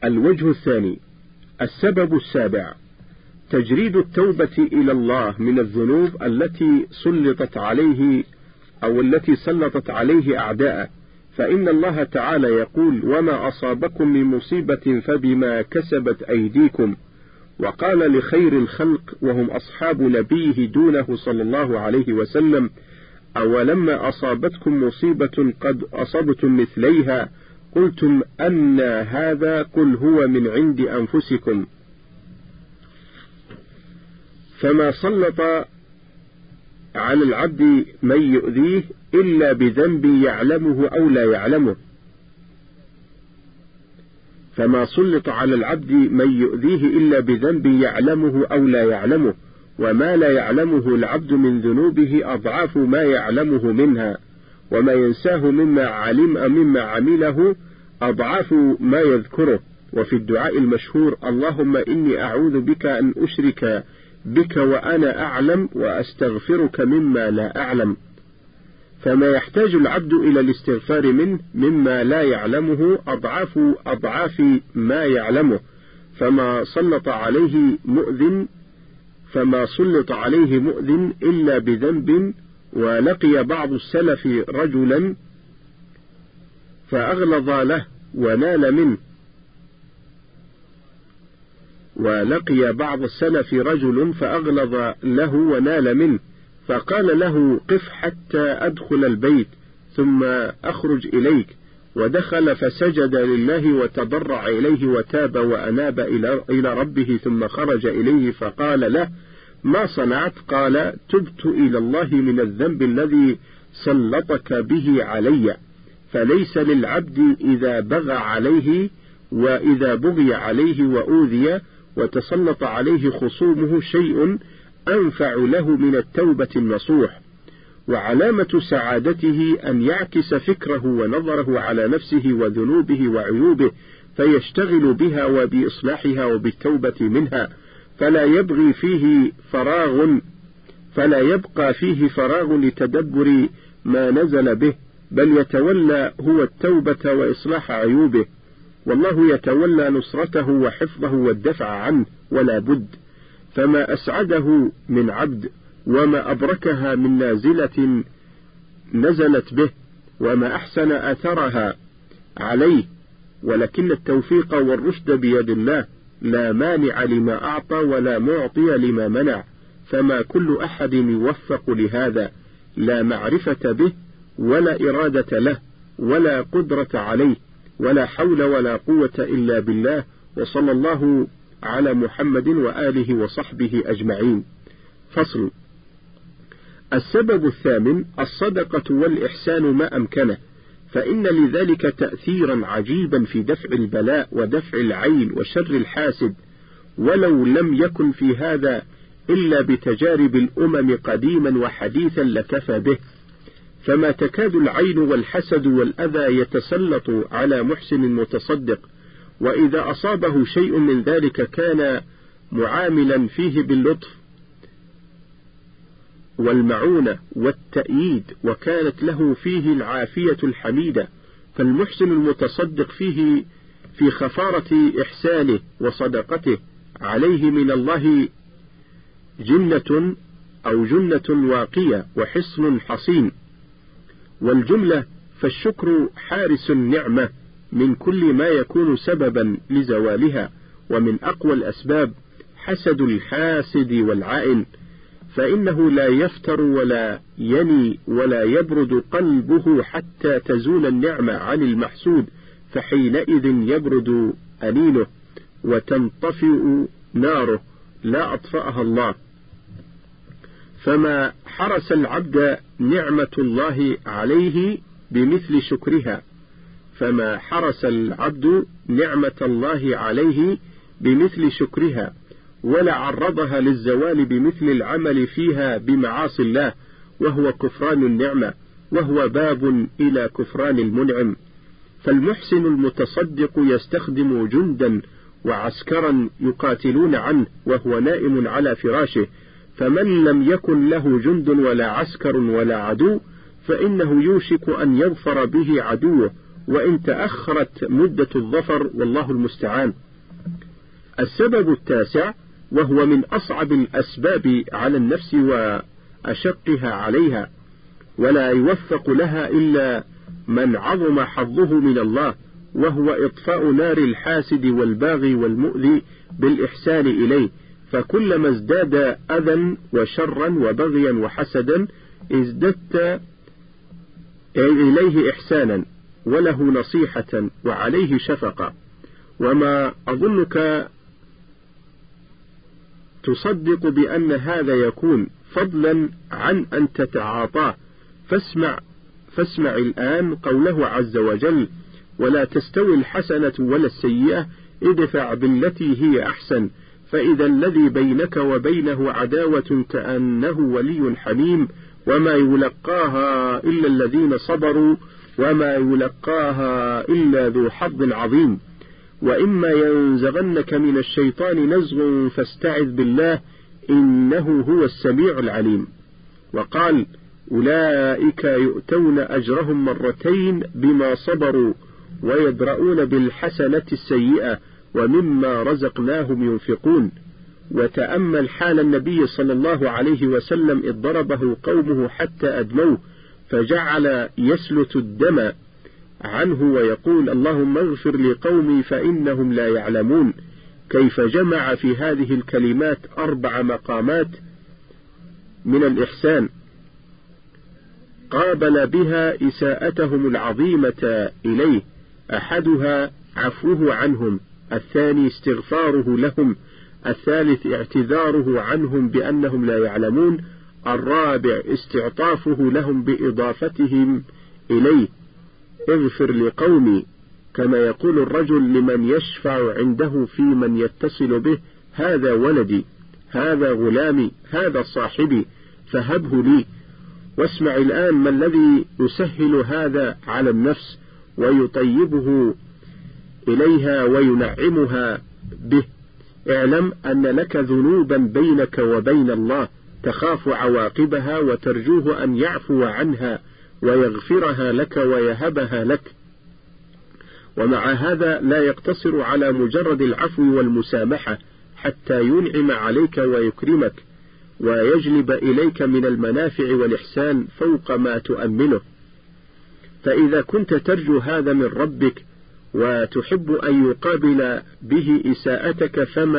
الوجه الثاني. السبب السابع: تجريد التوبة إلى الله من الذنوب التي سلطت عليه أو التي سلطت عليه أعداءه، فإن الله تعالى يقول: وما أصابكم من مصيبة فبما كسبت أيديكم. وقال لخير الخلق وهم أصحاب نبيه دونه صلى الله عليه وسلم: أولما أصابتكم مصيبة قد أصبتم مثليها قلتم أن هذا؟ قل هو من عند أنفسكم. فما سلط على العبد من يؤذيه إلا بذنب يعلمه أو لا يعلمه. فما سلط على العبد من يؤذيه إلا بذنب يعلمه أو لا يعلمه، وما لا يعلمه العبد من ذنوبه أضعاف ما يعلمه منها، وما ينساه مما عمله أضعاف ما يذكره. وفي الدعاء المشهور: اللهم إني أعوذ بك أن أشرك بك وأنا أعلم وأستغفرك مما لا أعلم. فما يحتاج العبد إلى الاستغفار منه مما لا يعلمه أضعاف ما يعلمه. فما سلط عليه مؤذن إلا بذنب. ولقي بعض السلف رجلا فأغلظ له ونال منه. فقال له: قف حتى أدخل البيت ثم أخرج إليك. ودخل فسجد لله وتضرع إليه وتاب وأناب إلى ربه، ثم خرج إليه فقال له: ما صنعت؟ قال: تبت إلى الله من الذنب الذي سلطك به علي. فليس للعبد إذا بغى عليه وإذا بغي عليه وأوذي وتسلط عليه خصومه شيء أنفع له من التوبة النصوح. وعلامة سعادته أن يعكس فكره ونظره على نفسه وذنوبه وعيوبه، فيشتغل بها وبإصلاحها وبالتوبة منها، فلا يبقى فيه فراغ لتدبر ما نزل به، بل يتولى هو التوبة وإصلاح عيوبه، والله يتولى نصرته وحفظه والدفع عنه ولا بد. فما أسعده من عبد، وما أبركها من نازلة نزلت به، وما أحسن أثرها عليه. ولكن التوفيق والرشد بيد الله، لا مانع لما أعطى ولا معطي لما منع، فما كل أحد يوفق لهذا، لا معرفة به ولا إرادة له ولا قدرة عليه ولا حول ولا قوة إلا بالله. وصلى الله على محمد وآله وصحبه أجمعين. فصل. السبب الثامن: الصدقة والإحسان ما أمكنه، فإن لذلك تأثيرا عجيبا في دفع البلاء ودفع العين وشر الحاسد، ولو لم يكن في هذا إلا بتجارب الأمم قديما وحديثا لكفى به. فما تكاد العين والحسد والأذى يتسلط على محسن متصدق، وإذا أصابه شيء من ذلك كان معاملا فيه باللطف والمعونة والتأييد، وكانت له فيه العافية الحميدة. فالمحسن المتصدق فيه في خفارة إحسانه وصدقته عليه من الله جنة واقية وحصن حصين. والجملة فالشكر حارس النعمة من كل ما يكون سببا لزوالها. ومن أقوى الأسباب حسد الحاسد والعائن، فإنه لا يفتر ولا يني ولا يبرد قلبه حتى تزول النعمة عن المحسود، فحينئذ يبرد أنينه وتنطفئ ناره لا أطفأها الله. فما حرس العبد نعمة الله عليه بمثل شكرها، ولا عرضها للزوال بمثل العمل فيها بمعاصي الله، وهو كفران النعمة، وهو باب إلى كفران المنعم. فالمحسن المتصدق يستخدم جندا وعسكرا يقاتلون عنه وهو نائم على فراشه، فمن لم يكن له جند ولا عسكر ولا عدو فإنه يوشك أن يظفر به عدوه، وإن تأخرت مدة الظفر، والله المستعان. السبب التاسع، وهو من أصعب الأسباب على النفس وأشقها عليها، ولا يوفق لها إلا من عظم حظه من الله، وهو إطفاء نار الحاسد والباغي والمؤذي بالإحسان إليه، فكلما ازداد أذى وشرا وبغيا وحسدا ازددت إليه إحسانا وله نصيحة وعليه شفقة. وما أظنك تصدق بأن هذا يكون فضلا عن أن تتعاطاه، فاسمع الآن قوله عز وجل: ولا تستوي الحسنة ولا السيئة ادفع بالتي هي أحسن فإذا الذي بينك وبينه عداوة كأنه ولي حميم وما يلقاها إلا الذين صبروا وما يلقاها إلا ذو حظ عظيم. وإما ينزغنك من الشيطان نزغ فاستعذ بالله إنه هو السميع العليم. وقال: أولئك يؤتون أجرهم مرتين بما صبروا ويدرؤون بالحسنة السيئة ومما رزقناهم ينفقون. وتأمل حال النبي صلى الله عليه وسلم إذ ضربه قومه حتى أدموه فجعل يسلت الدم عنه ويقول: اللهم اغفر لقومي فإنهم لا يعلمون. كيف جمع في هذه الكلمات 4 مقامات من الإحسان قابل بها إساءتهم العظيمة إليه: أحدها عفوه عنهم، الثاني استغفاره لهم، الثالث اعتذاره عنهم بأنهم لا يعلمون، الرابع استعطافه لهم بإضافتهم إليه: اغفر لقومي، كما يقول الرجل لمن يشفع عنده في من يتصل به: هذا ولدي، هذا غلامي، هذا صاحبي فهبه لي. واسمع الآن ما الذي يسهل هذا على النفس ويطيبه إليها وينعمها به. اعلم أن لك ذنوبا بينك وبين الله تخاف عواقبها وترجوه أن يعفو عنها ويغفرها لك ويهبها لك، ومع هذا لا يقتصر على مجرد العفو والمسامحة حتى ينعم عليك ويكرمك ويجلب إليك من المنافع والإحسان فوق ما تؤمله. فإذا كنت ترجو هذا من ربك وتحب أن يقابل به إساءتك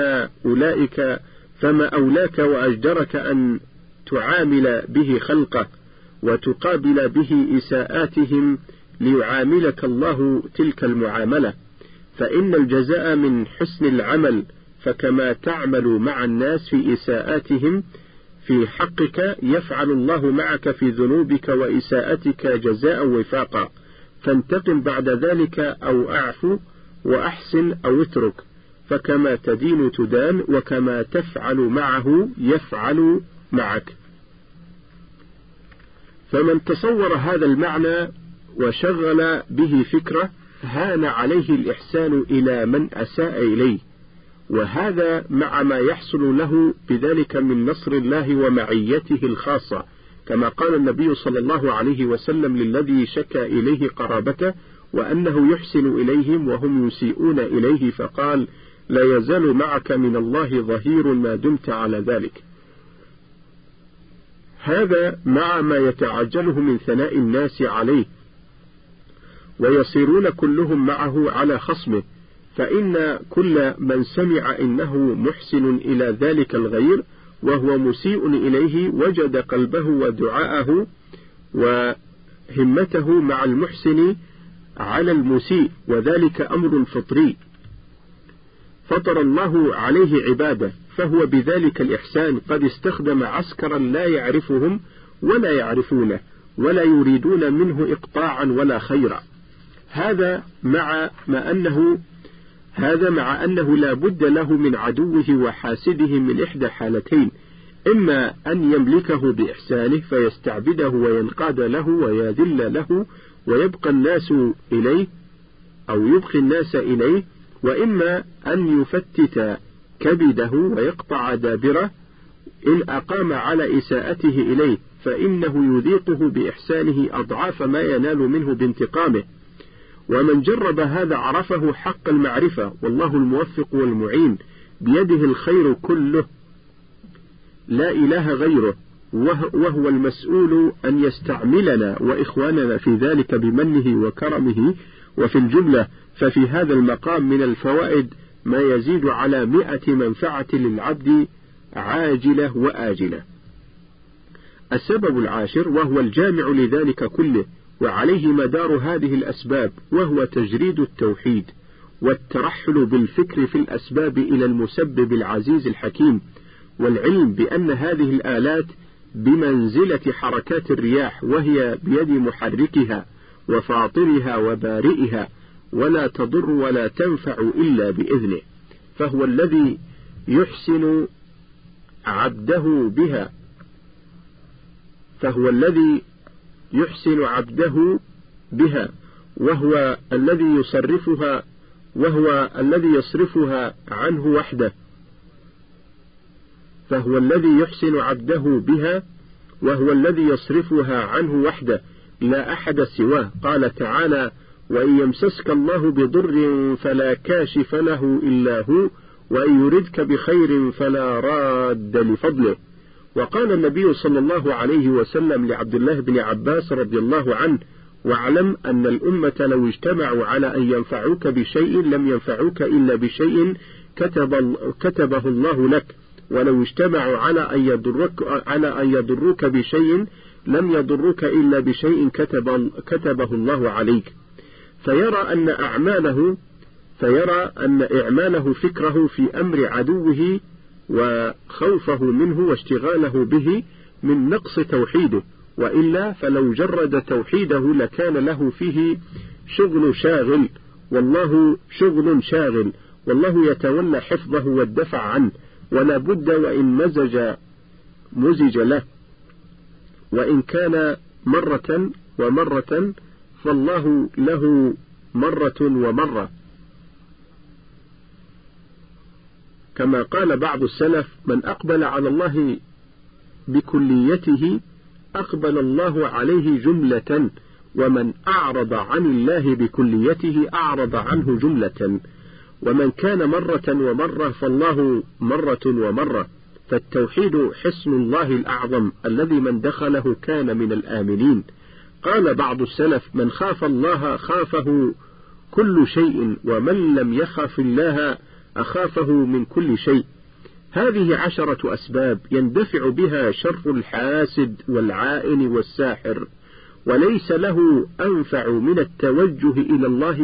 فما أولاك وأجدرك أن تعامل به خلقه وتقابل به إساءاتهم ليعاملك الله تلك المعاملة، فإن الجزاء من حسن العمل، فكما تعمل مع الناس في إساءاتهم في حقك يفعل الله معك في ذنوبك وإساءتك جزاء وفاقا، فانتقم بعد ذلك أو أعفو وأحسن أو اترك، فكما تدين تدان وكما تفعل معه يفعل معك. فمن تصور هذا المعنى وشغل به فكرة هان عليه الإحسان إلى من أساء إليه، وهذا مع ما يحصل له بذلك من نصر الله ومعيته الخاصة، كما قال النبي صلى الله عليه وسلم للذي شكى إليه قرابته وأنه يحسن إليهم وهم يسيئون إليه، فقال: لا يزال معك من الله ظهير ما دمت على ذلك. هذا مع ما يتعجله من ثناء الناس عليه ويصيرون كلهم معه على خصمه، فإن كل من سمع إنه محسن إلى ذلك الغير وهو مسيء إليه وجد قلبه ودعاءه وهمته مع المحسن على المسيء، وذلك أمر فطري فطر الله عليه عباده، فهو بذلك الإحسان قد استخدم عسكرا لا يعرفهم ولا يعرفونه ولا يريدون منه إقطاعا ولا خيرا. هذا مع أنه لا بد له من عدوه وحاسده من إحدى حالتين: إما أن يملكه بإحسانه فيستعبده وينقاد له ويذل له ويبقى الناس إليه أو يبقي الناس إليه، وإما أن يفتت كبده ويقطع دابره إن أقام على إساءته إليه، فإنه يذيقه بإحسانه أضعاف ما ينال منه بانتقامه. ومن جرب هذا عرفه حق المعرفة، والله الموفق والمعين، بيده الخير كله لا إله غيره، وهو المسؤول أن يستعملنا وإخواننا في ذلك بمنه وكرمه. وفي الجملة ففي هذا المقام من الفوائد ما يزيد على 100 منفعة للعبد عاجلة وآجلة. السبب العاشر وهو الجامع لذلك كله وعليه مدار هذه الأسباب، وهو تجريد التوحيد والترحل بالفكر في الأسباب إلى المسبب العزيز الحكيم، والعلم بأن هذه الآلات بمنزلة حركات الرياح، وهي بيد محركها وفاطرها وبارئها، ولا تضر ولا تنفع إلا بإذنه، فهو الذي يحسن عبده بها، وهو الذي يصرفها عنه وحده، لا أحد سواه. قال تعالى: وإن يمسسك الله بضر فلا كاشف له إلا هو، وإن يردك بخير فلا راد لفضله. وقال النبي صلى الله عليه وسلم لعبد الله بن عباس رضي الله عنه: واعلم أن الأمة لو اجتمعوا على أن ينفعوك بشيء لم ينفعوك إلا بشيء كتبه الله لك، ولو اجتمعوا على أن يضروك بشيء لم يضروك إلا بشيء كتبه الله عليك. فيرى أن إعماله فكره في أمر عدوه وخوفه منه واشتغاله به من نقص توحيده، وإلا فلو جرد توحيده لكان له فيه شغل شاغل، والله يتولى حفظه والدفع عنه، ولا بد وإن مزج له، وإن كان مرة ومرة فالله له مرة ومرة. كما قال بعض السلف: من أقبل على الله بكليته أقبل الله عليه جملة، ومن أعرض عن الله بكليته أعرض عنه جملة، ومن كان مرة ومرة فالله مرة ومرة. فالتوحيد حصن الله الأعظم الذي من دخله كان من الآمنين. قال بعض السلف: من خاف الله خافه كل شيء، ومن لم يخف الله أخافه من كل شيء. هذه 10 أسباب يندفع بها شر الحاسد والعائن والساحر، وليس له أنفع من التوجه إلى الله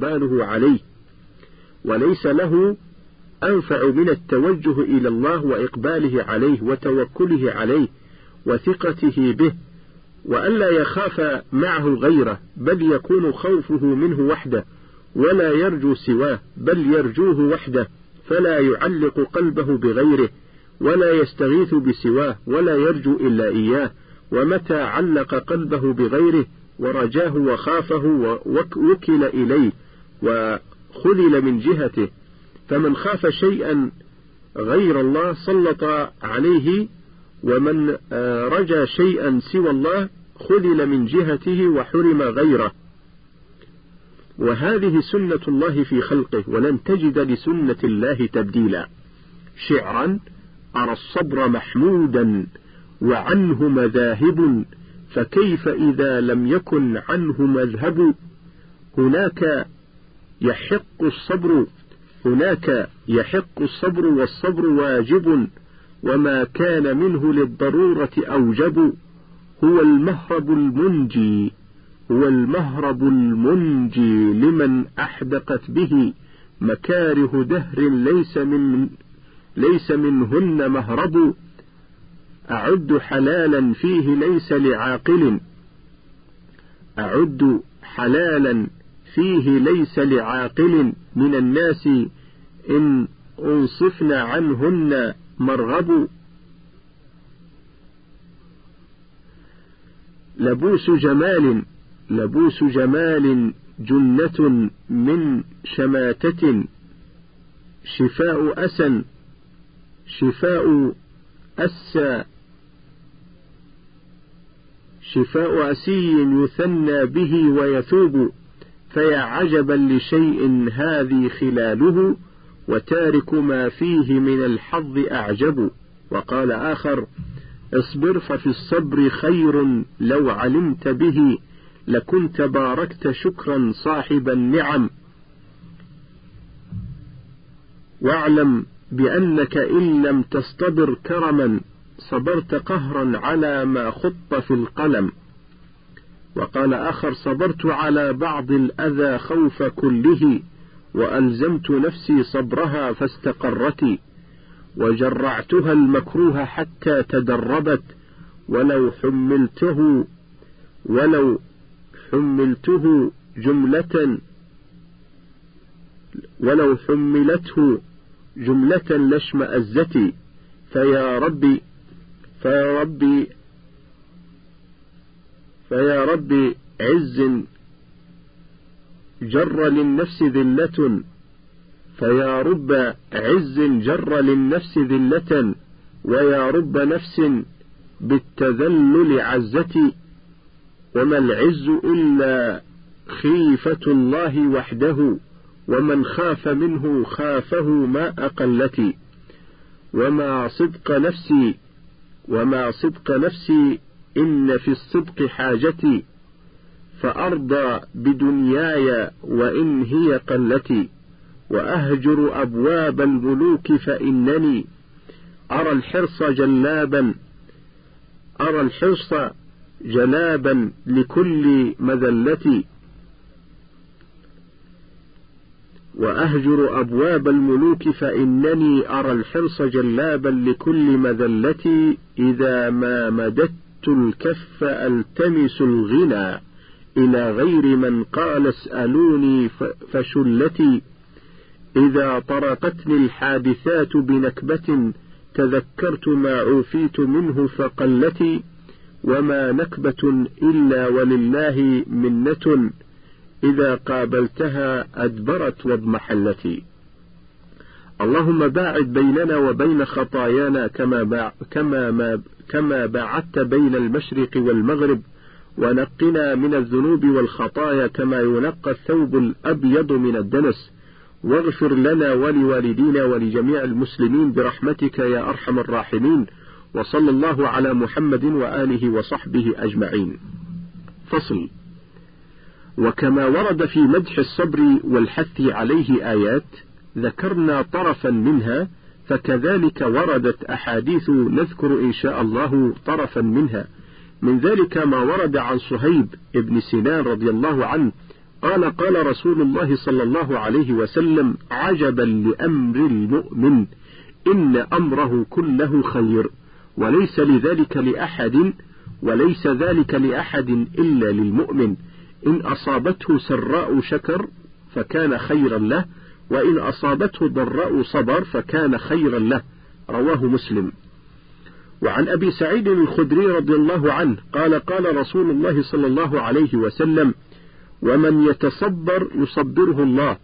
وإقباله عليه وتوكله عليه وثقته به، وألا يخاف معه غيره، بل يكون خوفه منه وحده، ولا يرجو سواه، بل يرجوه وحده، فلا يعلق قلبه بغيره، ولا يستغيث بسواه، ولا يرجو إلا إياه. ومتى علق قلبه بغيره ورجاه وخافه وكل إليه وخذل من جهته، فمن خاف شيئا غير الله سلط عليه، ومن رجا شيئا سوى الله خذل من جهته وحرم غيره. وهذه سنة الله في خلقه، ولن تجد لسنة الله تبديلا. شعرا: أرى الصبر محمودا وعنه مذاهب، فكيف إذا لم يكن عنه مذهب؟ هناك يحق الصبر والصبر واجب، وما كان منه للضرورة أوجب. هو المهرب المنجي لمن أحدقت به مكاره دهر، ليس منهن مهرب. أعد حلالا فيه ليس لعاقل من الناس إن أنصفنا عنهن مرغب. لبوس جمال جنة من شماتة، شفاء أسي يثنى به ويثوب. فيا عجبا لشيء هذه خلاله، وتارك ما فيه من الحظ أعجب. وقال آخر: اصبر ففي الصبر خير، لو علمت به لكنت باركت شكرا صاحب النعم. واعلم بأنك إن لم تصطبر كرما صبرت قهرا على ما خط في القلم. وقال آخر: صبرت على بعض الأذى خوف كله، وألزمت نفسي صبرها فاستقرت، وجرعتها المكروه حتى تدربت، ولو حملته جملة لاشمأزت. فيا ربي عز جر للنفس ذلة، فيا رب عز جر للنفس ذلة، ويا رب نفس بالتذلل عزتي. وما العز إلا خيفة الله وحده، ومن خاف منه خافه ما أقلتي. وما صدق نفسي إن في الصدق حاجتي، فأرضى بدنياي وإن هي قلتي. وأهجر أبواب الملوك فإنني أرى الحرص جلابا لكل مذلتي. وأهجر أبواب الملوك فإنني أرى الحرص جلابا لكل مذلتي. إذا ما مددت الكف ألتمس الغنى إلى غير من قال اسألوني فشلتي. إذا طرقتني الحادثات بنكبة تذكرت ما عوفيت منه فقلتي. وما نكبة إلا ولله منة، إذا قابلتها أدبرت واضمحلتي. اللهم باعد بيننا وبين خطايانا كما باعدت بين المشرق والمغرب، ونقنا من الذنوب والخطايا كما ينقى الثوب الأبيض من الدنس. واغفر لنا ولوالدينا ولجميع المسلمين برحمتك يا أرحم الراحمين. وصلى الله على محمد وآله وصحبه أجمعين. فصل. وكما ورد في مدح الصبر والحث عليه آيات ذكرنا طرفا منها، فكذلك وردت أحاديث نذكر إن شاء الله طرفا منها. من ذلك ما ورد عن صهيب ابن سنان رضي الله عنه قال: قال رسول الله صلى الله عليه وسلم: عجبا لأمر المؤمن، إن أمره كله خير، وليس ذلك لأحد إلا للمؤمن. إن أصابته سراء شكر فكان خيرا له، وإن أصابته ضراء صبر فكان خيرا له. رواه مسلم. وعن أبي سعيد الخدري رضي الله عنه قال: قال رسول الله صلى الله عليه وسلم: ومن يتصبر يصبره الله،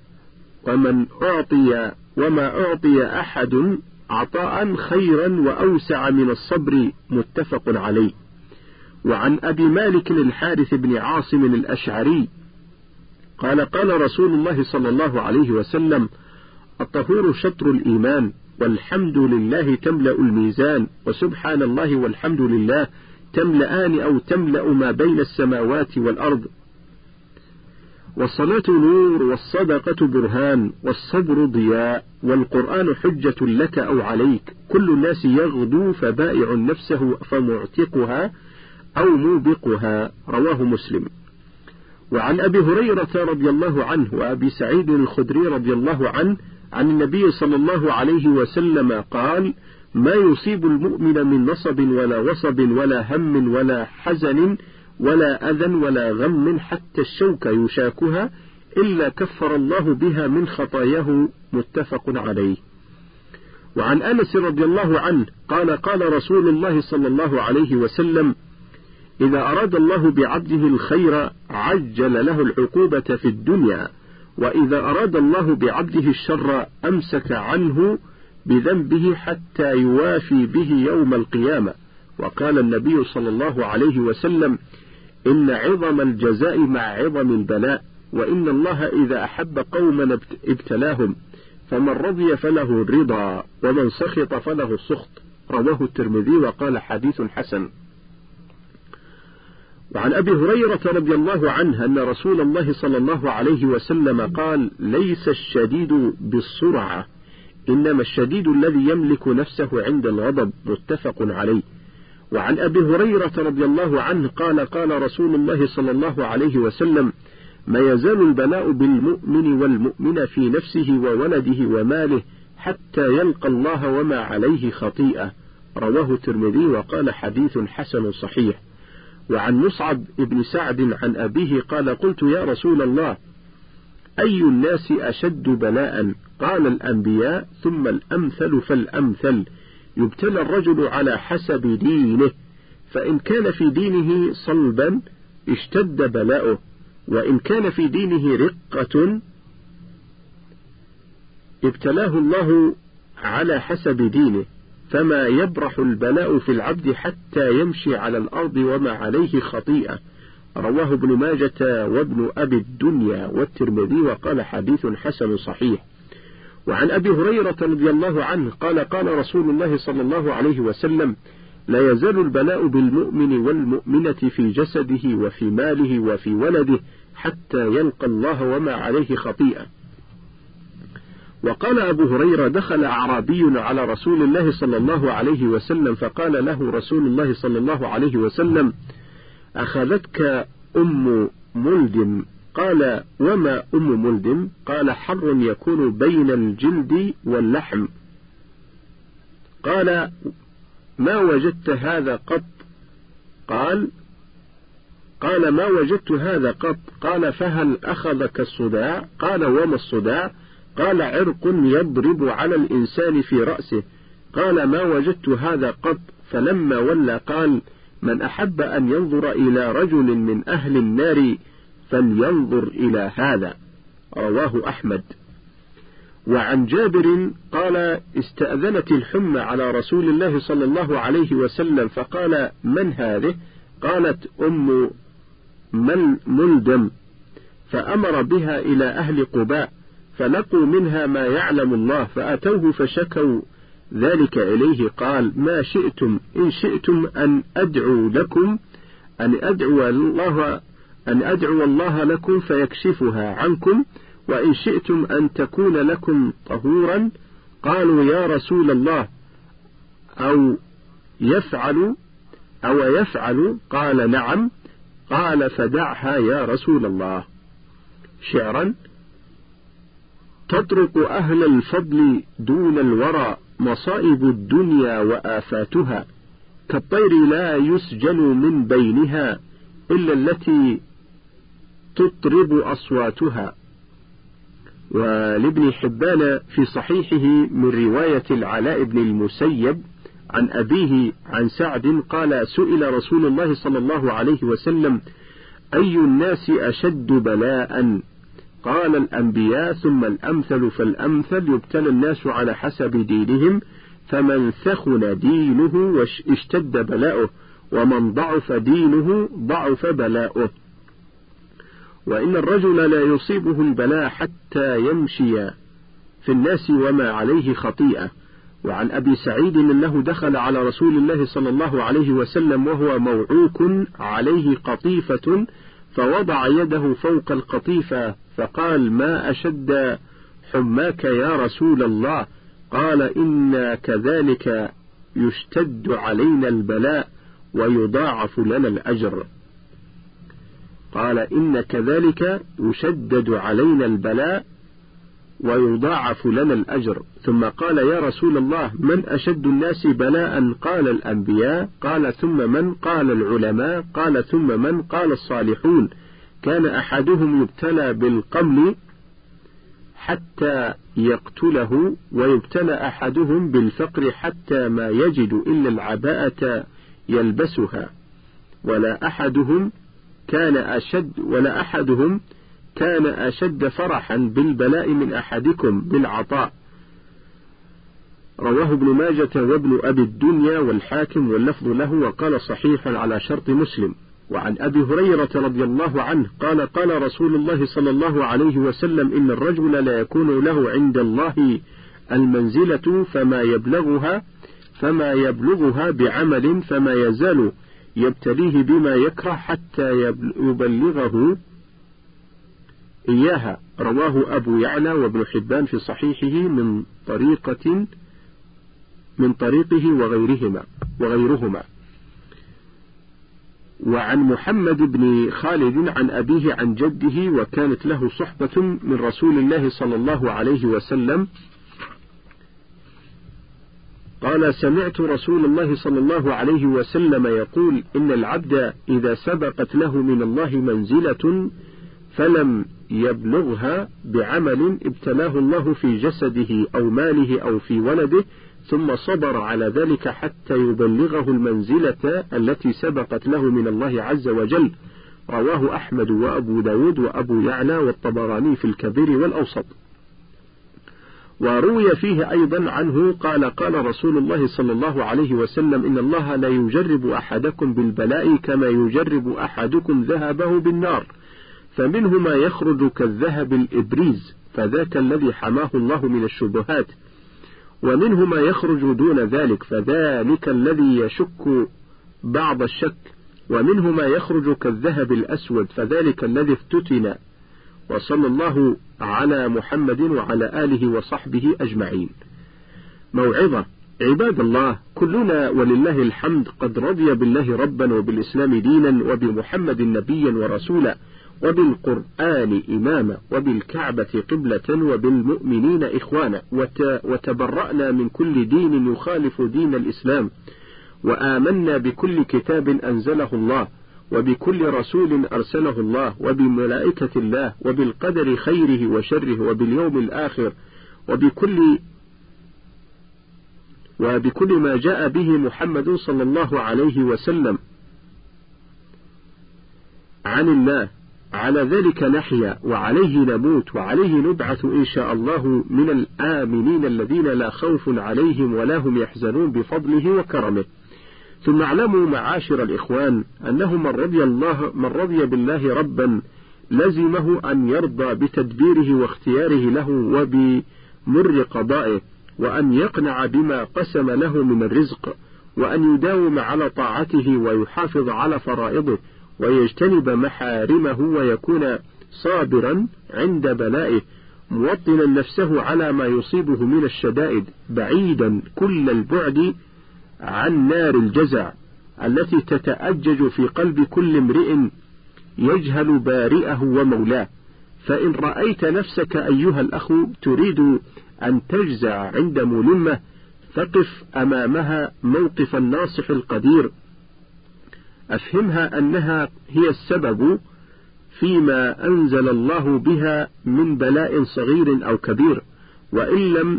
وما أعطي أحد عطاء خيرا وأوسع من الصبر. متفق عليه. وعن أبي مالك الحارث بن عاصم الأشعري قال: قال رسول الله صلى الله عليه وسلم: الطهور شطر الإيمان، والحمد لله تملأ الميزان، وسبحان الله والحمد لله تملأان أو تملأ ما بين السماوات والأرض. والصلاة نور، والصدقة برهان، والصبر ضياء، والقرآن حجة لك أو عليك. كل الناس يغدو فبائع نفسه فمعتقها أو موبقها. رواه مسلم. وعن أبي هريرة رضي الله عنه وأبي سعيد الخدري رضي الله عنه عن النبي صلى الله عليه وسلم قال: ما يصيب المؤمن من نصب ولا وصب ولا هم ولا حزن ولا أذى ولا غم حتى الشوك يشاكها إلا كفر الله بها من خطاياه. متفق عليه. وعن أنس رضي الله عنه قال: قال رسول الله صلى الله عليه وسلم: إذا أراد الله بعبده الخير عجل له العقوبة في الدنيا، وإذا أراد الله بعبده الشر أمسك عنه بذنبه حتى يوافي به يوم القيامة. وقال النبي صلى الله عليه وسلم: إن عظم الجزاء مع عظم البلاء، وإن الله إذا أحب قوما ابتلاهم، فمن رضي فله الرضا ومن سخط فله السخط. رواه الترمذي وقال حديث حسن. وعن أبي هريرة رضي الله عنه أن رسول الله صلى الله عليه وسلم قال: ليس الشديد بالسرعة، إنما الشديد الذي يملك نفسه عند الغضب. متفق عليه. وعن أبي هريرة رضي الله عنه قال: قال رسول الله صلى الله عليه وسلم: ما يزال البلاء بالمؤمن والمؤمنة في نفسه وولده وماله حتى يلقى الله وما عليه خطيئة. رواه الترمذي وقال حديث حسن صحيح. وعن مصعب بن سعد عن أبيه قال: قلت يا رسول الله، أي الناس أشد بلاء؟ قال: الأنبياء ثم الأمثل فالأمثل، يبتلى الرجل على حسب دينه، فإن كان في دينه صلبا اشتد بلاؤه، وإن كان في دينه رقة ابتلاه الله على حسب دينه، فما يبرح البلاء في العبد حتى يمشي على الأرض وما عليه خطيئة. رواه ابن ماجة وابن أبي الدنيا والترمذي وقال حديث حسن صحيح. وعن أبي هريرة رضي الله عنه قال: قال رسول الله صلى الله عليه وسلم: لا يزال البلاء بالمؤمن والمؤمنة في جسده وفي ماله وفي ولده حتى يلقى الله وما عليه خطيئة. وقال أبو هريرة: دخل أعرابي على رسول الله صلى الله عليه وسلم فقال له رسول الله صلى الله عليه وسلم: أخذتك أم ملدم. قال: وما أم ملدم؟ قال: حر يكون بين الجلد واللحم. قال: ما وجدت هذا قط؟ قال: ما وجدت هذا قط. قال: فهل أخذك الصداع؟ قال: وما الصداع؟ قال: عرق يضرب على الإنسان في رأسه. قال: ما وجدت هذا قط. فلما ولى قال: من أحب أن ينظر إلى رجل من أهل النار فلينظر إلى هذا. رواه أحمد. وعن جابر قال: استأذنت الحمى على رسول الله صلى الله عليه وسلم فقال: من هذه؟ قالت: أم ملدم. فأمر بها إلى أهل قباء فلقوا منها ما يعلم الله، فأتوه فشكوا ذلك إليه. قال: ما شئتم، إن شئتم أن أدعو لكم أن أدعو الله لكم فيكشفها عنكم، وإن شئتم أن تكون لكم طهورا. قالوا: يا رسول الله، أو يفعل؟ قال: نعم. قال: فدعها يا رسول الله. شعرا: تطرق أهل الفضل دون الورى مصائب الدنيا وآفاتها، كالطير لا يسجن من بينها إلا التي تطرب أصواتها. ولابن حبان في صحيحه من رواية العلاء بن المسيب عن أبيه عن سعد قال: سئل رسول الله صلى الله عليه وسلم: أي الناس أشد بلاء؟ قال: الأنبياء ثم الأمثل فالأمثل، يبتلى الناس على حسب دينهم، فمن ثخن دينه اشتد بلاؤه، ومن ضعف دينه ضعف بلاؤه. وإن الرجل لا يصيبه البلاء حتى يمشي في الناس وما عليه خطيئة. وعن أبي سعيد أنه دخل على رسول الله صلى الله عليه وسلم وهو موعوك عليه قطيفة، فوضع يده فوق القطيفة فقال: ما أشد حماك يا رسول الله؟ قال: إن كذلك يشتد علينا البلاء ويضاعف لنا الأجر. قال: إن كذلك يشدد علينا البلاء ويضاعف لنا الأجر. ثم قال: يا رسول الله، من أشد الناس بلاء؟ قال: الأنبياء. قال: ثم من؟ قال: العلماء. قال: ثم من؟ قال: الصالحون. كان أحدهم يبتلى بالقمل حتى يقتله، ويبتلى أحدهم بالفقر حتى ما يجد إلا العباءة يلبسها، ولا أحدهم كان أشد فرحا بالبلاء من أحدكم بالعطاء. رواه ابن ماجة وابن أبي الدنيا والحاكم واللفظ له، وقال: صحيح على شرط مسلم. وعن أبي هريرة رضي الله عنه قال قال رسول الله صلى الله عليه وسلم إن الرجل لا يكون له عند الله المنزلة فما يبلغها بعمل فما يزال يبتليه بما يكره حتى يبلغه إياها. رواه أبو يعلى وابن حبان في صحيحه من طريقه وغيرهما. وعن محمد بن خالد عن أبيه عن جده وكانت له صحبة من رسول الله صلى الله عليه وسلم قال سمعت رسول الله صلى الله عليه وسلم يقول إن العبد إذا سبقت له من الله منزلة فلم يبلغها بعمل ابتلاه الله في جسده أو ماله أو في ولده ثم صبر على ذلك حتى يبلغه المنزلة التي سبقت له من الله عز وجل. رواه أحمد وأبو داود وأبو يعلى والطبراني في الكبير والأوسط. وروي فيه أيضا عنه قال قال رسول الله صلى الله عليه وسلم إن الله لا يجرب أحدكم بالبلاء كما يجرب أحدكم ذهبه بالنار فمنه ما يخرج كالذهب الإبريز فذاك الذي حماه الله من الشبهات ومنه ما يخرج دون ذلك فذلك الذي يشك بعض الشك ومنه ما يخرج كالذهب الأسود فذلك الذي افتتن. وصلى الله على محمد وعلى آله وصحبه أجمعين. موعظة. عباد الله، كلنا ولله الحمد قد رضي بالله ربا وبالإسلام دينا وبمحمد نبيا ورسولا وبالقرآن إماما وبالكعبة قبلة وبالمؤمنين إخوانا وتبرأنا من كل دين يخالف دين الإسلام وآمنا بكل كتاب أنزله الله وبكل رسول أرسله الله وبملائكة الله وبالقدر خيره وشره وباليوم الآخر وبكل ما جاء به محمد صلى الله عليه وسلم عن الله. على ذلك نحيا وعليه نموت وعليه نبعث إن شاء الله من الآمنين الذين لا خوف عليهم ولا هم يحزنون بفضله وكرمه. ثم اعلموا معاشر الإخوان أنه من رضي بالله ربا لزمه أن يرضى بتدبيره واختياره له وبمر قضائه وأن يقنع بما قسم له من الرزق وأن يداوم على طاعته ويحافظ على فرائضه ويجتنب محارمه ويكون صابرا عند بلائه موطنا نفسه على ما يصيبه من الشدائد بعيدا كل البعد عن نار الجزع التي تتأجج في قلب كل امرئ يجهل بارئه ومولاه. فإن رأيت نفسك أيها الأخ تريد أن تجزع عند ملمة فقف أمامها موقف الناصح القدير أفهمها أنها هي السبب فيما أنزل الله بها من بلاء صغير أو كبير وإن لم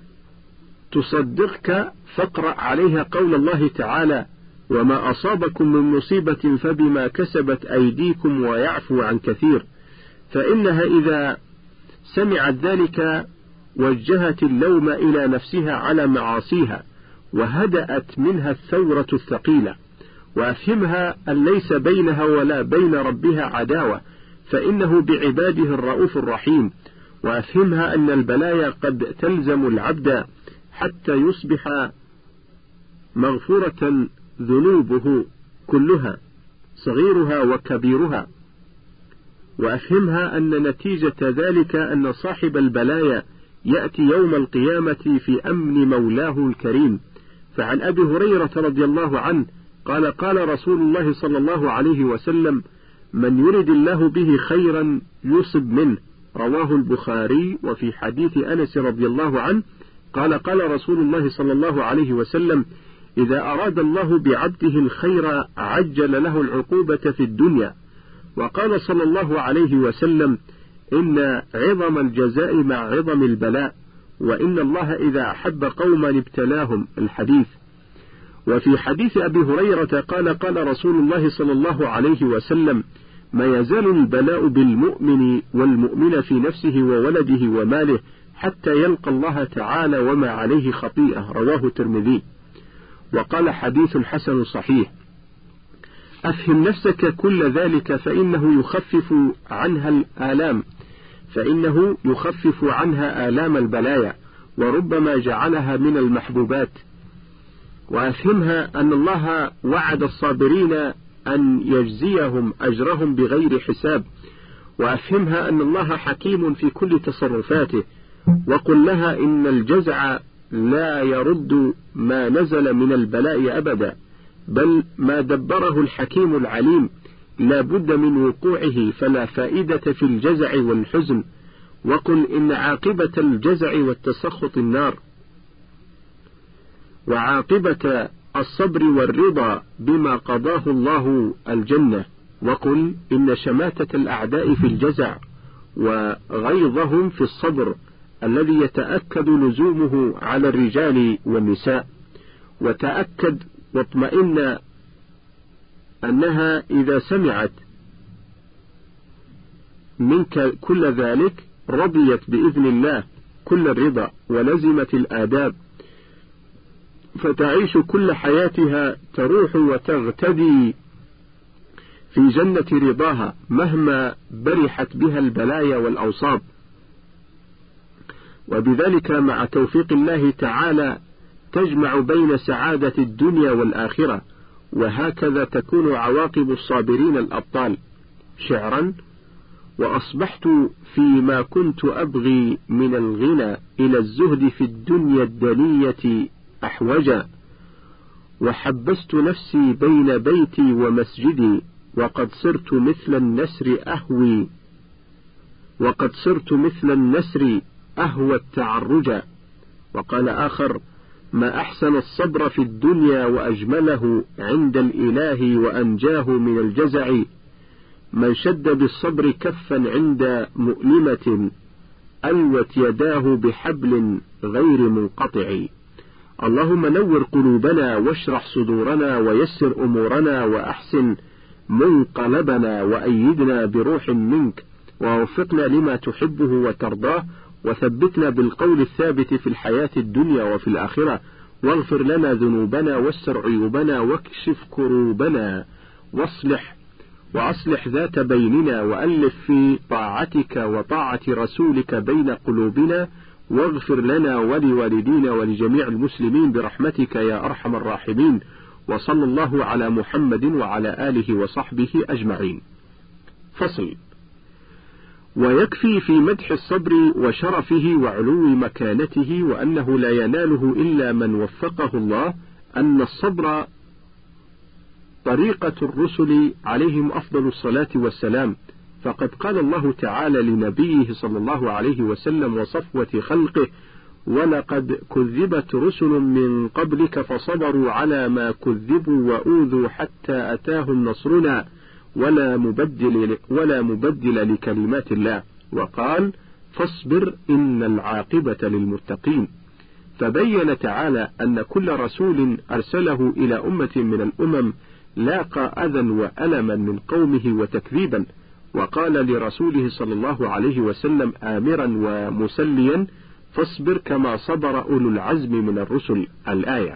تصدقك فاقرأ عليها قول الله تعالى وما أصابكم من مصيبة فبما كسبت أيديكم ويعفو عن كثير. فإنها إذا سمعت ذلك وجهت اللوم إلى نفسها على معاصيها وهدأت منها الثورة الثقيلة. وأفهمها أن ليس بينها ولا بين ربها عداوة فإنه بعباده الرؤوف الرحيم. وأفهمها أن البلايا قد تلزم العبد حتى يصبح مغفورة ذنوبه كلها صغيرها وكبيرها. وأفهمها أن نتيجة ذلك أن صاحب البلايا يأتي يوم القيامة في أمن مولاه الكريم. فعن أبي هريرة رضي الله عنه قال قال رسول الله صلى الله عليه وسلم من يرد الله به خيرا يصب منه. رواه البخاري. وفي حديث أنس رضي الله عنه قال قال رسول الله صلى الله عليه وسلم إذا أراد الله بعبده الخير عجل له العقوبة في الدنيا. وقال صلى الله عليه وسلم إن عظم الجزاء مع عظم البلاء وإن الله إذا أحب قوما ابتلاهم. الحديث. وفي حديث أبي هريرة قال قال رسول الله صلى الله عليه وسلم ما يزال البلاء بالمؤمن والمؤمن في نفسه وولده وماله حتى يلقى الله تعالى وما عليه خطيئة. رواه الترمذي. وقال حديث حسن صحيح. أفهم نفسك كل ذلك فإنه يخفف عنها آلام البلايا، وربما جعلها من المحبوبات. وأفهمها أن الله وعد الصابرين أن يجزيهم أجرهم بغير حساب، وأفهمها أن الله حكيم في كل تصرفاته. وقل لها إن الجزع لا يرد ما نزل من البلاء أبدا، بل ما دبره الحكيم العليم لا بد من وقوعه، فلا فائدة في الجزع والحزن. وقل إن عاقبة الجزع والتسخط النار، وعاقبة الصبر والرضا بما قضاه الله الجنة. وقل إن شماتة الأعداء في الجزع، وغيظهم في الصبر الذي يتأكد لزومه على الرجال والنساء. وتأكد واطمئن أنها إذا سمعت منك كل ذلك رضيت بإذن الله كل الرضا، ولزمت الآداب، فتعيش كل حياتها تروح وتغتدي في جنة رضاها مهما برحت بها البلايا والأوصاب. وبذلك مع توفيق الله تعالى تجمع بين سعادة الدنيا والآخرة، وهكذا تكون عواقب الصابرين الأبطال. شعرا: وأصبحت فيما كنت أبغي من الغنى إلى الزهد في الدنيا الدنية أحوجا، وحبست نفسي بين بيتي ومسجدي، وقد صرت مثل النسر أهوى التعرجا. وقال آخر: ما أحسن الصبر في الدنيا وأجمله عند الإله وأنجاه من الجزع، من شد بالصبر كفا عند مؤلمة ألوت يداه بحبل غير منقطع. اللهم نور قلوبنا واشرح صدورنا ويسر أمورنا وأحسن منقلبنا، وأيدنا بروح منك، ووفقنا لما تحبه وترضاه، وثبتنا بالقول الثابت في الحياة الدنيا وفي الآخرة، واغفر لنا ذنوبنا واستر عيوبنا واكشف كروبنا، وأصلح ذات بيننا، وألف في طاعتك وطاعة رسولك بين قلوبنا، واغفر لنا ولوالدينا ولجميع المسلمين برحمتك يا أرحم الراحمين. وصلى الله على محمد وعلى آله وصحبه أجمعين. فصل. ويكفي في مدح الصبر وشرفه وعلو مكانته وأنه لا يناله إلا من وفقه الله أن الصبر طريقة الرسل عليهم أفضل الصلاة والسلام، فقد قال الله تعالى لنبيه صلى الله عليه وسلم وصفوة خلقه: ولقد كذبت رسل من قبلك فصبروا على ما كذبوا وأوذوا حتى أتاهم نصرنا ولا مبدل لكلمات الله. وقال: فاصبر إن العاقبة للمتقين. فبين تعالى أن كل رسول أرسله إلى أمة من الأمم لاقى أذى وألما من قومه وتكذيبا، وقال لرسوله صلى الله عليه وسلم آمرا ومسليا: فاصبر كما صبر أولو العزم من الرسل. الآية.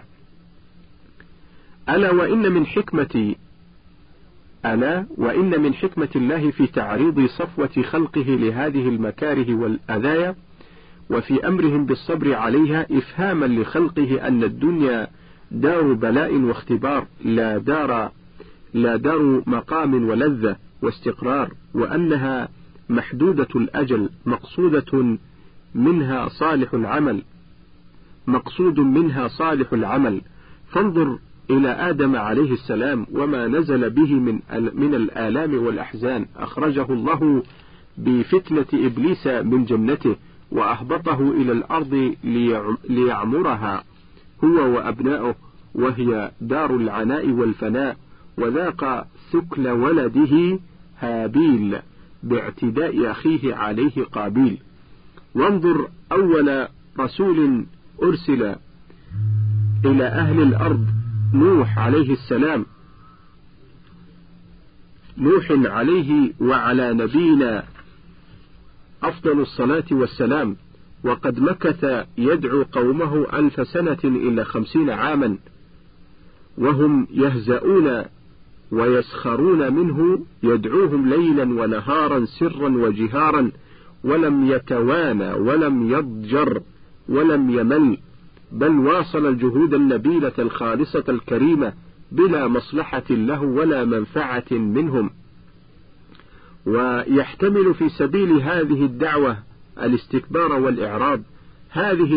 ألا وإن من حكمة الله في تعريض صفوة خلقه لهذه المكاره والأذايا، وفي أمرهم بالصبر عليها إفهاما لخلقه أن الدنيا دار بلاء واختبار، لا دار مقام ولذة واستقرار، وأنها محدودة الأجل، مقصود منها صالح العمل. فانظر إلى آدم عليه السلام وما نزل به من الآلام والأحزان، أخرجه الله بفتنة إبليس من جنته وأهبطه إلى الأرض ليعمرها هو وأبناؤه، وهي دار العناء والفناء، وذاق ثكل ولده هابيل باعتداء أخيه عليه قابيل. وانظر أول رسول أرسل إلى أهل الأرض نوح عليه السلام، نوح عليه وعلى نبينا أفضل الصلاة والسلام، وقد مكث يدعو قومه 1000 سنة إلى 50 عاما وهم يهزؤون ويسخرون منه يدعوهم ليلا ونهارا سرا وجهارا، ولم يتوانى ولم يضجر ولم يمل، بل واصل الجهود النبيلة الخالصة الكريمة بلا مصلحة له ولا منفعة منهم. ويحتمل في سبيل هذه الدعوة الاستكبار والإعراض. هذه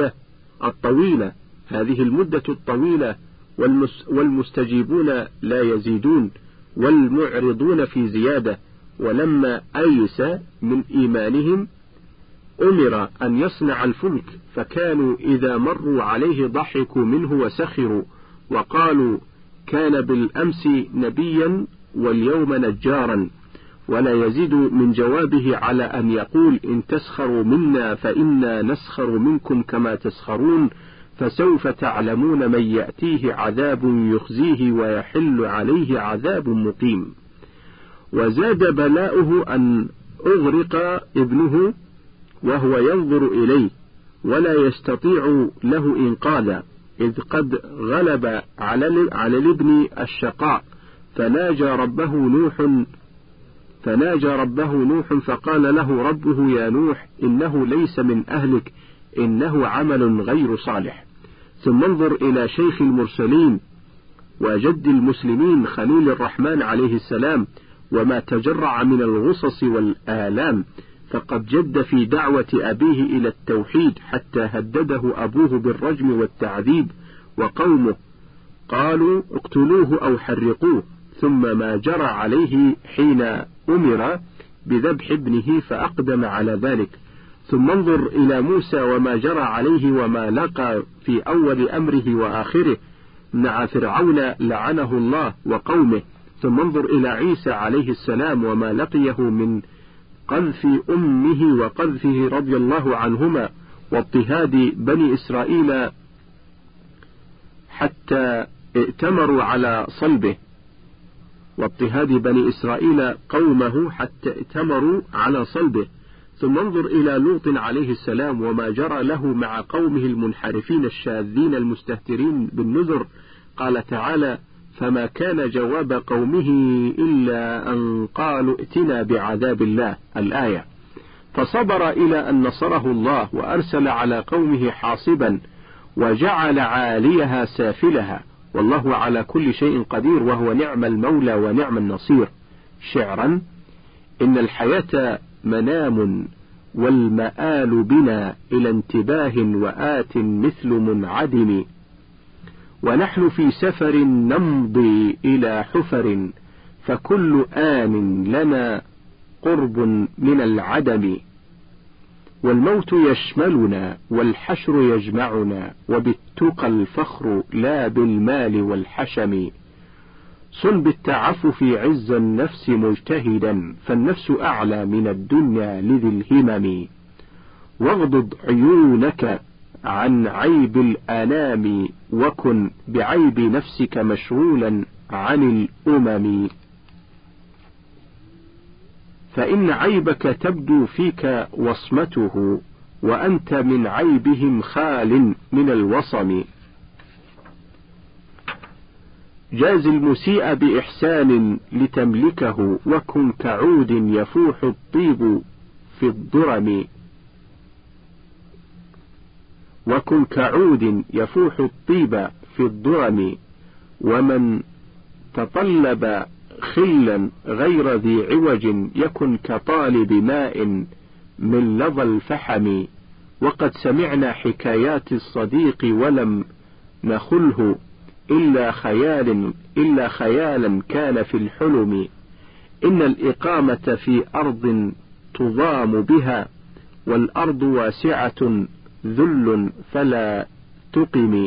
المدة الطويلة والمستجيبون لا يزيدون والمعرضون في زيادة. ولما أيس من إيمانهم أمر أن يصنع الفلك، فكانوا إذا مروا عليه ضحكوا منه وسخروا وقالوا كان بالأمس نبيا واليوم نجارا. ولا يزيد من جوابه على أن يقول إن تسخروا منا فإنا نسخر منكم كما تسخرون، فسوف تعلمون من يأتيه عذاب يخزيه ويحل عليه عذاب مقيم. وزاد بلاؤه أن أغرق ابنه وهو ينظر إليه ولا يستطيع له إنقاذا، إذ قد غلب على الابن الشقاء. فناجى ربه نوح فقال له ربه يا نوح إنه ليس من أهلك إنه عمل غير صالح. ثم انظر إلى شيخ المرسلين وجد المسلمين خليل الرحمن عليه السلام وما تجرع من الغصص والآلام، فقد جد في دعوة أبيه إلى التوحيد حتى هدده أبوه بالرجم والتعذيب، وقومه قالوا اقتلوه أو حرقوه، ثم ما جرى عليه حين أمر بذبح ابنه فأقدم على ذلك. ثم انظر إلى موسى وما جرى عليه وما لقى في أول أمره وآخره مع فرعون لعنه الله وقومه. ثم انظر إلى عيسى عليه السلام وما لقيه من قذف أمه وقذفه رضي الله عنهما، واضطهاد بني إسرائيل حتى ائتمروا على صلبه، واضطهاد بني إسرائيل قومه حتى ائتمروا على صلبه. ثم انظر إلى لوط عليه السلام وما جرى له مع قومه المنحرفين الشاذين المستهترين بالنذر. قال تعالى فما كان جواب قومه إلا أن قالوا ائتنا بعذاب الله، الآية. فصبر إلى أن نصره الله وأرسل على قومه حاصبا وجعل عاليها سافلها، والله على كل شيء قدير وهو نعم المولى ونعم النصير. شعرا: إن الحياة منام والمآل بنا إلى انتباه وآت مثل منعدم، ونحن في سفر نمضي إلى حفر فكل آن لنا قرب من العدم، والموت يشملنا والحشر يجمعنا وبالتقى الفخر لا بالمال والحشم، صل بالتعفف عز النفس مجتهدا فالنفس أعلى من الدنيا لذي الهمم، واغضض عيونك عن عيب الآلام وكن بعيب نفسك مشغولا عن الأمم، فإن عيبك تبدو فيك وصمته وأنت من عيبهم خال من الوصم، جاز المسيء بإحسان لتملكه وكن كعود يفوح الطيب في الضرم، وكن كعود يفوح الطيب في الضرم، ومن تطلب خلا غير ذي عوج يكن كطالب ماء من لظى الفحم، وقد سمعنا حكايات الصديق ولم نخله إلا خيالا كان في الحلم، إن الإقامة في أرض تضام بها والأرض واسعة ذل فلا تقم،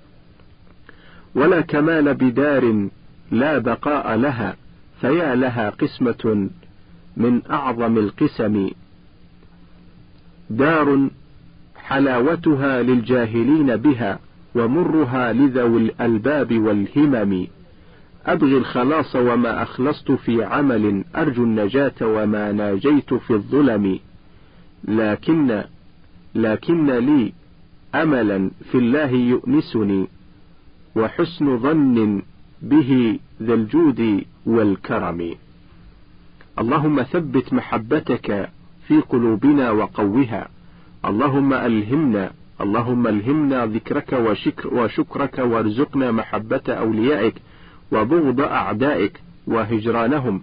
ولا كمال بدار لا بقاء لها فيا لها قسمة من أعظم القسم، دار حلاوتها للجاهلين بها ومرها لذوي الألباب والهمم، أبغي الخلاص وما أخلصت في عمل أرجو النجاة وما ناجيت في الظلم، لكن لي أملا في الله يؤنسني وحسن ظن به ذا الجود والكرم. اللهم ثبت محبتك في قلوبنا وقوها. اللهم ألهمنا ذكرك وشكرك، وارزقنا محبة أوليائك وبغض أعدائك وهجرانهم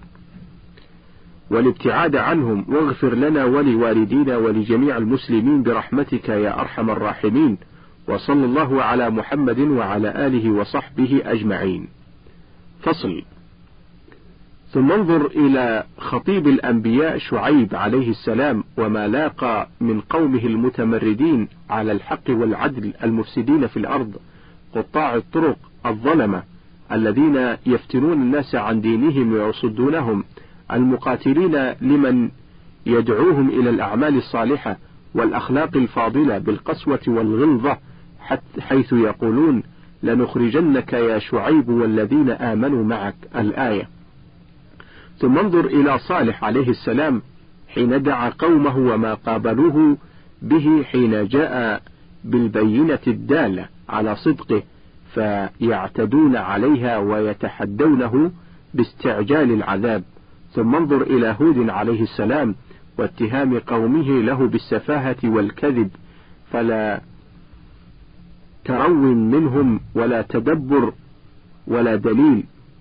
والابتعاد عنهم، واغفر لنا ولوالدينا ولجميع المسلمين برحمتك يا أرحم الراحمين. وصلى الله على محمد وعلى آله وصحبه أجمعين. فصل. ثم انظر إلى خطيب الأنبياء شعيب عليه السلام وما لاقى من قومه المتمردين على الحق والعدل، المفسدين في الأرض، قطاع الطرق، الظلمة الذين يفتنون الناس عن دينهم ويصدونهم، المقاتلين لمن يدعوهم إلى الأعمال الصالحة والأخلاق الفاضلة بالقسوة والغلظة، حيث يقولون لنخرجنك يا شعيب والذين آمنوا معك، الآية. ثم انظر إلى صالح عليه السلام حين دعا قومه وما قابلوه به حين جاء بالبينة الدالة على صدقه فيعتدون عليها ويتحدونه باستعجال العذاب. ثم انظر إلى هود عليه السلام واتهام قومه له بالسفاهة والكذب، فلا ترو منهم ولا تدبر ولا دليل،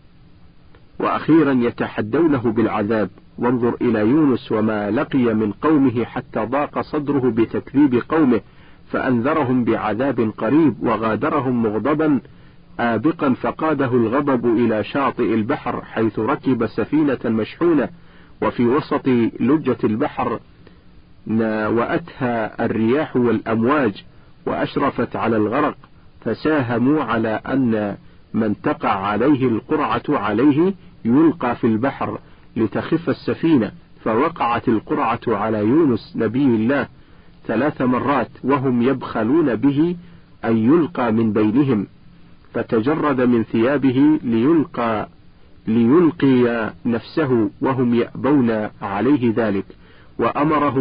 وأخيرا يتحدونه بالعذاب. وانظر إلى يونس وما لقي من قومه حتى ضاق صدره بتكذيب قومه فأنذرهم بعذاب قريب، وغادرهم مغضبا آبقا فقاده الغضب إلى شاطئ البحر حيث ركب سفينة مشحونة وفي وسط لجة البحر ناوأتها الرياح والأمواج وأشرفت على الغرق، فساهموا على أن من تقع عليه القرعة عليه يلقى في البحر لتخف السفينة، فوقعت القرعة على يونس نبي الله 3 مرات وهم يبخلون به أن يلقى من بينهم، فتجرد من ثيابه ليلقي نفسه وهم يأبون عليه ذلك. وأمر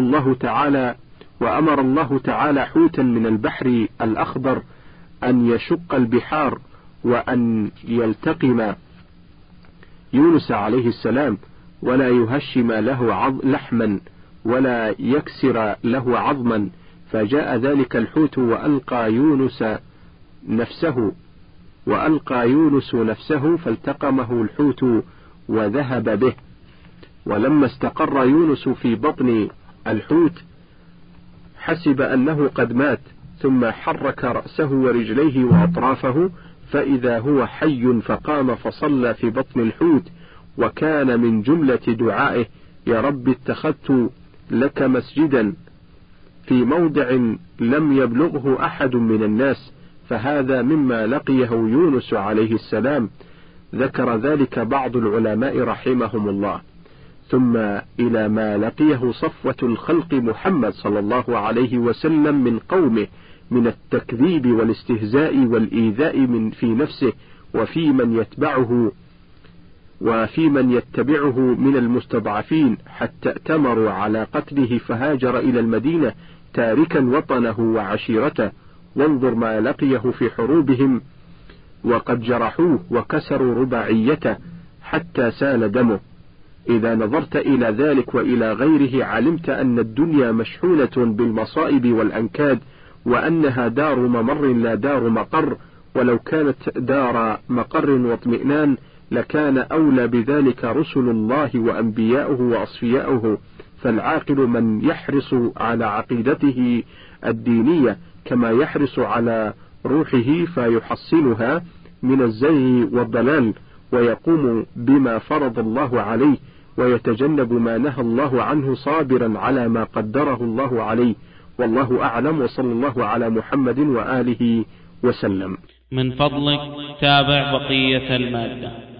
الله تعالى حوتا من البحر الأخضر أن يشق البحار وأن يلتقم يونس عليه السلام ولا يهشم له لحما ولا يكسر له عظما، فجاء ذلك الحوت وألقى يونس نفسه فالتقمه الحوت وذهب به. ولما استقر يونس في بطن الحوت حسب أنه قد مات، ثم حرك رأسه ورجليه وأطرافه فإذا هو حي، فقام فصلى في بطن الحوت، وكان من جملة دعائه يا رب اتخذت لك مسجدا في موضع لم يبلغه أحد من الناس، فهذا مما لقيه يونس عليه السلام. ذكر ذلك بعض العلماء رحمهم الله. ثم إلى ما لقيه صفوة الخلق محمد صلى الله عليه وسلم من قومه من التكذيب والاستهزاء والإيذاء في نفسه وفي من يتبعه من المستضعفين، حتى ائتمروا على قتله فهاجر إلى المدينة تاركا وطنه وعشيرته. وانظر ما لقيه في حروبهم، وقد جرحوه وكسروا رباعيته حتى سال دمه. إذا نظرت إلى ذلك وإلى غيره علمت أن الدنيا مشحونة بالمصائب والأنكاد، وأنها دار ممر لا دار مقر، ولو كانت دار مقر واطمئنان لكان أولى بذلك رسل الله وأنبياؤه وأصفياؤه. فالعاقل من يحرص على عقيدته الدينية كما يحرص على روحه فيحصنها من الزيغ والضلال، ويقوم بما فرض الله عليه ويتجنب ما نهى الله عنه صابرا على ما قدره الله عليه. والله أعلم، وصلى الله على محمد وآله وسلم. من فضلك تابع بقية المادة.